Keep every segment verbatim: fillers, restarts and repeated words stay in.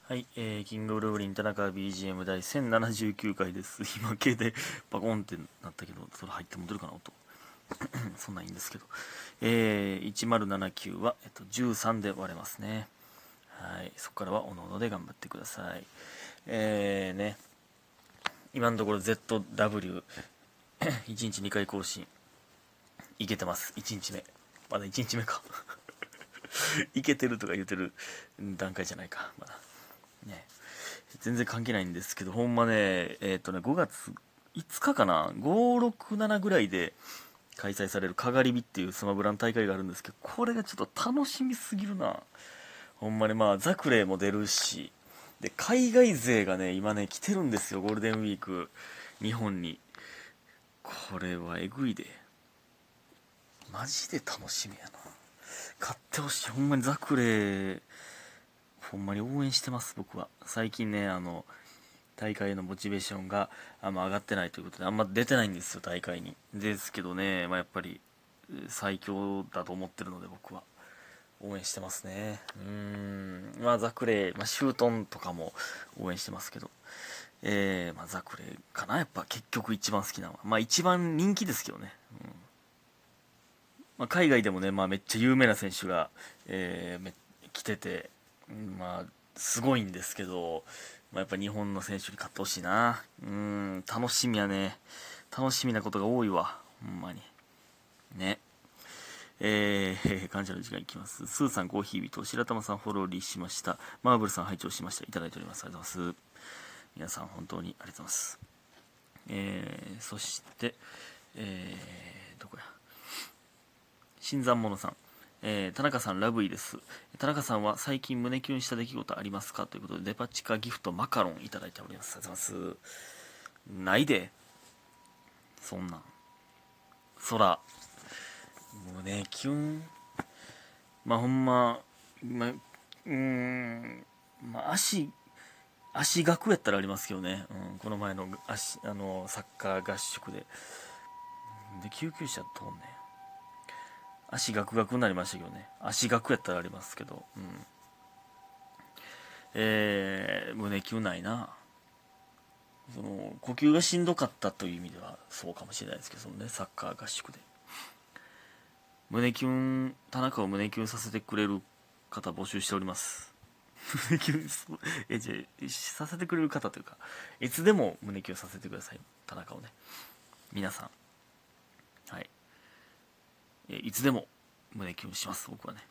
はい、えー、キングオブルーリン田中 ビージーエム 第せんななじゅうきゅうかいです。今系でバコンってなったけど、それ入って戻るかな音そんなんいいんですけど、えー、せんななじゅうきゅうは、えっと、じゅうさんで割れますね。はい、そこからはおのおので頑張ってください。えーね、今のところ ゼットダブリュー いちにちにかい更新いけてます。いちにちめまだいちにちめかいけてるとか言ってる段階じゃないかまだね。全然関係ないんですけど、ほんまね、えっとね、ごがついつかかな、ご、ろく、ななぐらいで開催されるかがり火っていうスマブラの大会があるんですけど、これがちょっと楽しみすぎるな。ほんまにまあ、ザクレイも出るし、で、海外勢がね、今ね、来てるんですよ、ゴールデンウィーク、日本に。これはえぐいで。マジで楽しみやな。買ってほしい。ほんまにザクレイ、ほんまに応援してます、僕は。最近ね、あの、大会のモチベーションがあんま上がってないということで、あんま出てないんですよ、大会に。ですけどね、まあ、やっぱり最強だと思ってるので、僕は応援してますね。うーん、まあ、ザクレイ、まあ、シュートンとかも応援してますけど、えー、まあ、ザクレイかな、やっぱ結局一番好きなのは。まあ、一番人気ですけどね。うん、まあ、海外でもね、まあ、めっちゃ有名な選手が、えー、め来てて、まあ、すごいんですけど、まあ、やっぱ日本の選手に勝ってほしいな。うん、楽しみやね。楽しみなことが多いわ。ほんまに。ね。えー、感謝の時間いきます。スーさん、コーヒー人、白玉さん、フォローリーしました。マーブルさん、拝聴しました。いただいております。ありがとうございます。皆さん、本当にありがとうございます。えー、そして、えー、どこや。新参者さん。えー、田中さんラブイです。田中さんは最近胸キュンした出来事ありますかということで、デパ地下ギフトマカロンいただいております。ありがとうございます。ないで。そんなん。空。胸キュン。まあほんま、まあ、うーん、まあ足、足学やったらありますけどね。うん、この前の足、あの、サッカー合宿で。で、救急車通んねん。足ガクガクになりましたけどね。足ガクやったらありますけど。うん。えー、胸キュンないな。その、呼吸がしんどかったという意味ではそうかもしれないですけど、そのね、サッカー合宿で。胸キュン、田中を胸キュンさせてくれる方募集しております。胸キュン、え、じゃさせてくれる方というか、いつでも胸キュンさせてください。田中をね。皆さん。はい。いつでも胸キュンします、僕はね。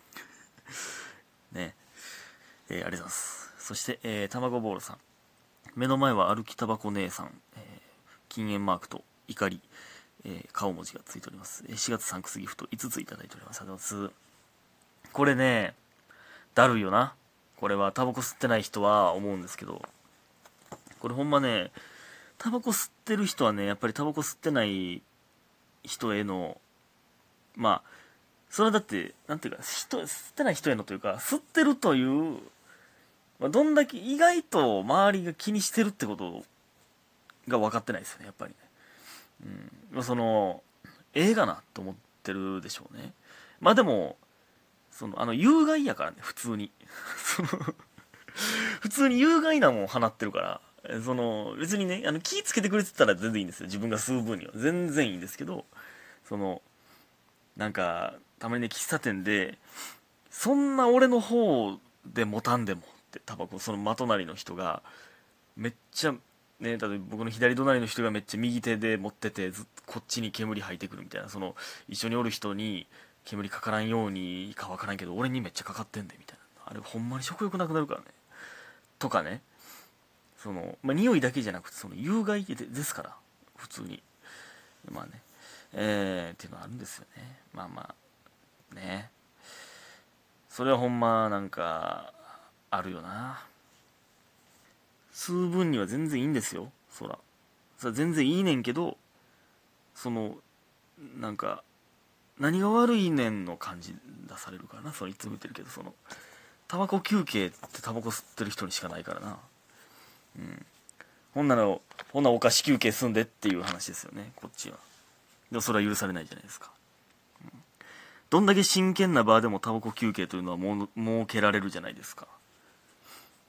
ね。えー、ありがとうございます。そして、えー、卵ボールさん。目の前は歩きタバコ姉さん。えー、禁煙マークと怒り、えー、顔文字がついております。しがつサンクスギフトいつついただいております。ありがとうございます。これね、だるいよな。これはタバコ吸ってない人は思うんですけど、これほんまね、タバコ吸ってる人はね、やっぱりタバコ吸ってない人への、まあ、それはだって、なんていうか、人吸ってない人へのというか、吸ってるという、まあ、どんだけ意外と周りが気にしてるってことが分かってないですよね、やっぱりね。うん、その、映画なと思ってるでしょうね。まあでも、その、あの、有害やからね、普通に。その、普通に有害なもん放ってるから、その、別にね、あの、気ぃつけてくれてたら全然いいんですよ。自分が吸う分には。全然いいんですけど、その、なんか、たまにね、喫茶店で、そんな俺の方で持たんでもって、タバコ、その真隣の人が、めっちゃ、ね、例えば僕の左隣の人がめっちゃ右手で持ってて、ずっとこっちに煙吐いてくるみたいな、その、一緒におる人に煙かからんようにかわからんけど、俺にめっちゃかかってんで、みたいな。あれ、ほんまに食欲なくなるからね。とかね、その、まあ、匂いだけじゃなくて、その、有害でですから、普通に。まあね、えー、っていうのはあるんですよね。まあまあ、ね。それはほんま、なんか、あるよな。吸う分には全然いいんですよ、そら。それは全然いいねんけど、その、なんか、何が悪いねんの感じ出されるからな、そのいつも言ってるけど、その、タバコ休憩ってタバコ吸ってる人にしかないからな。うん。ほんなら、ほんならお菓子休憩済んでっていう話ですよね、こっちは。でもそれは許されないじゃないですか。うん、どんだけ真剣な場でもタバコ休憩というのはもう設けられるじゃないですか。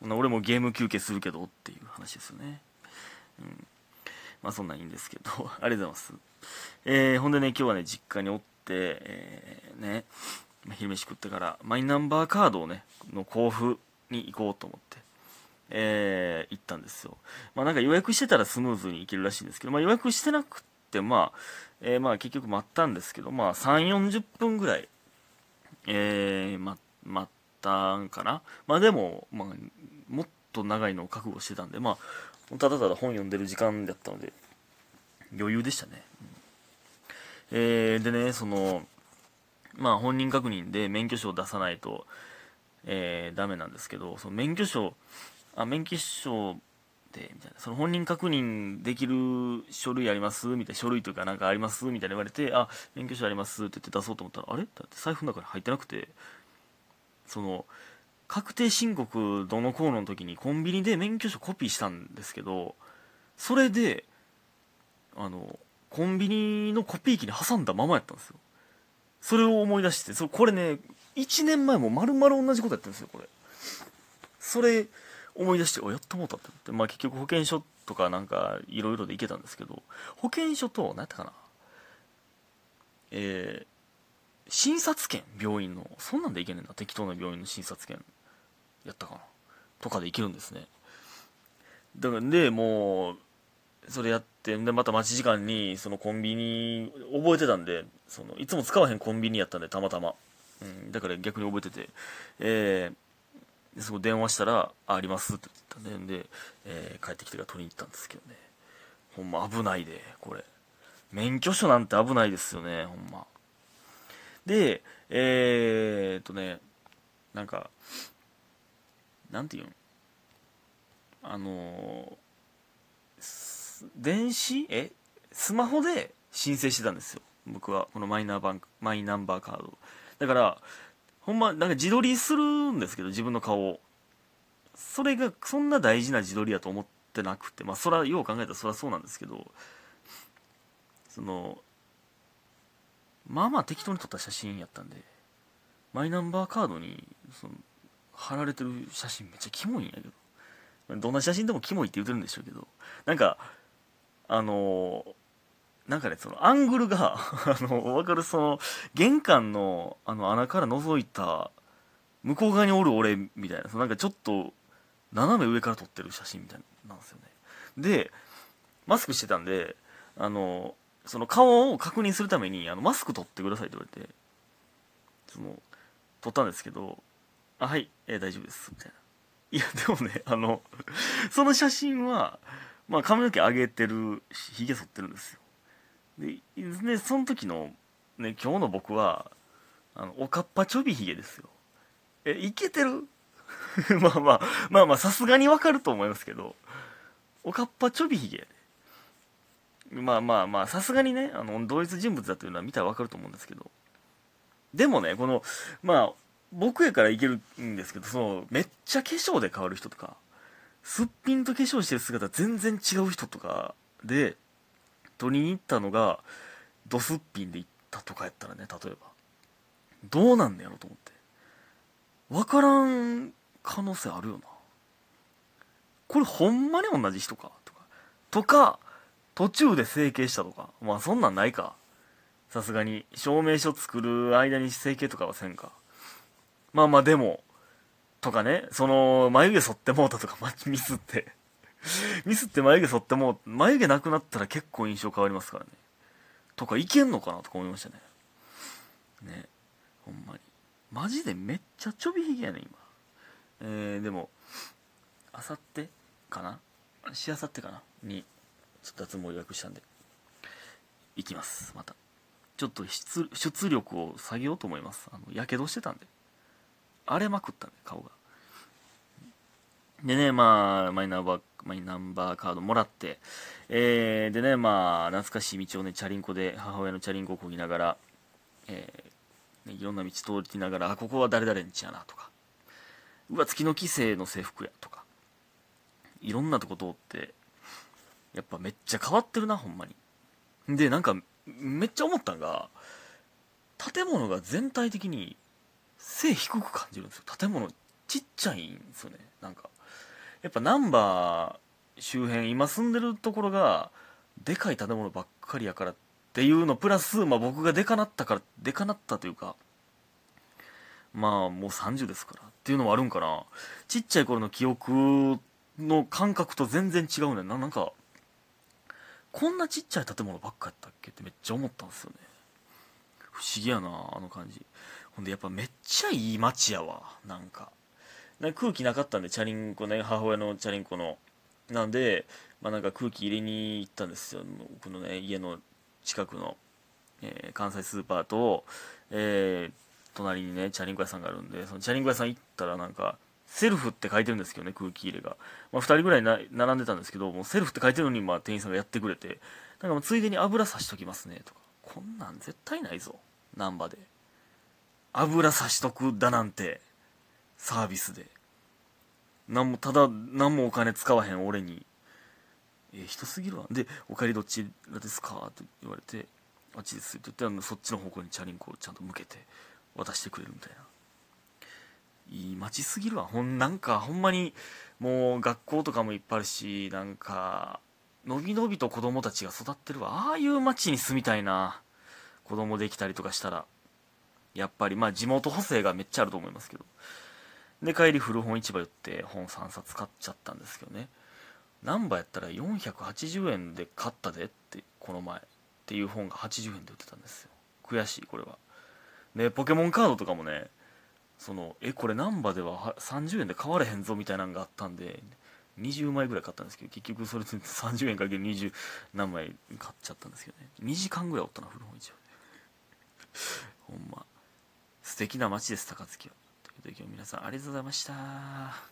俺もゲーム休憩するけどっていう話ですよね。うん、まあそんなんいいんですけどありがとうございます。えー、ほんでね今日はね実家におって、えー、ね昼飯食ってからマイナンバーカードをねの交付に行こうと思って、えー、行ったんですよ。まあなんか予約してたらスムーズに行けるらしいんですけど、まあ予約してなくてまあ、えー、まあ結局待ったんですけど、まあさんじゅうよんじゅっぷんぐらい、えー、ま、待ったんかな。まあでも、まあ、もっと長いのを覚悟してたんで、まあただただ本読んでる時間だったので余裕でしたね。えー、でねそのまあ本人確認で免許証を出さないと、えー、ダメなんですけど、その免許証あ免許証でみたいな、その本人確認できる書類ありますみたいな、書類というかなんかありますみたいな言われて、あ免許証ありますって言って出そうと思ったら、あれだって財布の中に入ってなくて、その確定申告どのコーナーの時にコンビニで免許証コピーしたんですけど、それであのコンビニのコピー機に挟んだままやったんですよ。それを思い出して、そこれねいちねんまえも丸々同じことやってるんですよこれ。それ思い出して、おやっともうたって思って、まあ結局保険証とかなんかいろいろでいけたんですけど、保険証と何やったかな、えー、診察券、病院のそんなんでいけねえんだ、適当な病院の診察券やったかなとかでいけるんですね。だからでもうそれやって、でまた待ち時間にそのコンビニ覚えてたんで、そのいつも使わへんコンビニやったんでたまたま、うん、だから逆に覚えてて、えー、でそこ電話したら あ, ありますって言ったんで、で、えー、帰ってきてから取りに行ったんですけどね。ほんま危ないでこれ、免許証なんて危ないですよねほんま。でえー、っとねなんかなんていうんあのー、電子えスマホで申請してたんですよ僕は、このマイナーバンクマイナンバーカードだから、ほんまなんか自撮りするんですけど自分の顔を、それがそんな大事な自撮りやと思ってなくて、まあそらよう考えたらそらそうなんですけど、そのまあまあ適当に撮った写真やったんで、マイナンバーカードにその貼られてる写真めっちゃキモいんやけど、どんな写真でもキモいって言ってるんでしょうけど、なんかあのーなんかねそのアングルがあの分かる、その玄関のあの穴から覗いた向こう側におる俺みたいな、そのなんかちょっと斜め上から撮ってる写真みたいなんですよね。でマスクしてたんで、あのその顔を確認するためにあのマスク取ってくださいって言われて、その撮ったんですけど、あはい、えー、大丈夫ですみたいな。いやでもねあのその写真はまあ髪の毛上げてるしひげ剃ってるんですよ。ででその時のね今日の僕はあのおかっぱちょびひげですよ。えいけてるまあまあまあまあさすがにわかると思いますけど、おかっぱちょびひげ、まあまあまあさすがにねあの同一人物だというのは見たらわかると思うんですけど、でもねこのまあ僕やからいけるんですけど、そのめっちゃ化粧で変わる人とか、すっぴんと化粧してる姿全然違う人とかで取りに行ったのがドすっぴんで行ったとかやったらね、例えばどうなんねやろと思って、分からん可能性あるよな。これほんまに同じ人かとかとか途中で整形したとか、まあそんなんないか、さすがに証明書作る間に整形とかはせんか。まあまあでもとかね、その眉毛剃ってもうたとかミスってミスって眉毛剃ってもう眉毛なくなったら結構印象変わりますからね、とかいけんのかなとか思いましたね。ね、ほんまにマジでめっちゃちょびひげやねん今。えー、でもあさってかな、しあさってかなにちょっと脱毛予約したんで行きます。またちょっと出出力を下げようと思います。あのやけどしてたんで、荒れまくったんで顔が。でねまあマイナンバーマイナンバーカードもらって、えー、でねまあ懐かしい道をねチャリンコで母親のチャリンコをこぎながら、えーね、いろんな道通りながら、あここは誰々んちやなとか、うわ月の帰省の制服やとか、いろんなとこ通ってやっぱめっちゃ変わってるなほんまに。でなんかめっちゃ思ったんが、建物が全体的に背低く感じるんですよ。建物ちっちゃいんですよね。なんかやっぱ難波周辺今住んでるところがでかい建物ばっかりやからっていうのプラス、まあ、僕がでかなったからでかなったというか、まあもうさんじゅうですからっていうのもあるんかな。ちっちゃい頃の記憶の感覚と全然違うねんな。なんかこんなちっちゃい建物ばっかやったっけってめっちゃ思ったんですよね。不思議やなあの感じ。ほんでやっぱめっちゃいい街やわ。なんかなんか空気なかったんで、チャリンコね、母親のチャリンコのなんで、まあ、なんか空気入れに行ったんですよ。僕のね家の近くの、えー関西スーパーと、えー隣にねチャリンコ屋さんがあるんで、そのチャリンコ屋さん行ったらなんかセルフって書いてるんですけどね、空気入れが、まあ、ふたりぐらいな並んでたんですけど、もうセルフって書いてるのに、まあ店員さんがやってくれて、なんかもうついでに油さしときますねとか、こんなん絶対ないぞ難波で油さしとくだなんて、サービスでなんもただ何もお金使わへん俺に、えー、人すぎるわ。で「お帰りどちらですか?」って言われて「あっちです」って言って、そっちの方向にチャリンコをちゃんと向けて渡してくれるみたいな。いい街すぎるわ。ほんなんかほんまにもう学校とかもいっぱいあるし、なんかのびのびと子供たちが育ってるわ。ああいう街に住みたいな。子供できたりとかしたら、やっぱりまあ地元補正がめっちゃあると思いますけど。で帰り古本市場寄って本さんさつ買っちゃったんですけどね。難波やったらよんひゃくはちじゅうえんで買ったでって、この前っていう本がはちじゅうえんで売ってたんですよ。悔しいこれは。でポケモンカードとかもね、そのえこれ難波ではさんじゅうえんで買われへんぞみたいなのがあったんでにじゅうまいぐらい買ったんですけど、結局それでさんじゅうえんかけるにじゅう何枚買っちゃったんですけどね。にじかんぐらいおったな古本市場で。ほんま素敵な街です高槻は。ということで今日皆さんありがとうございました。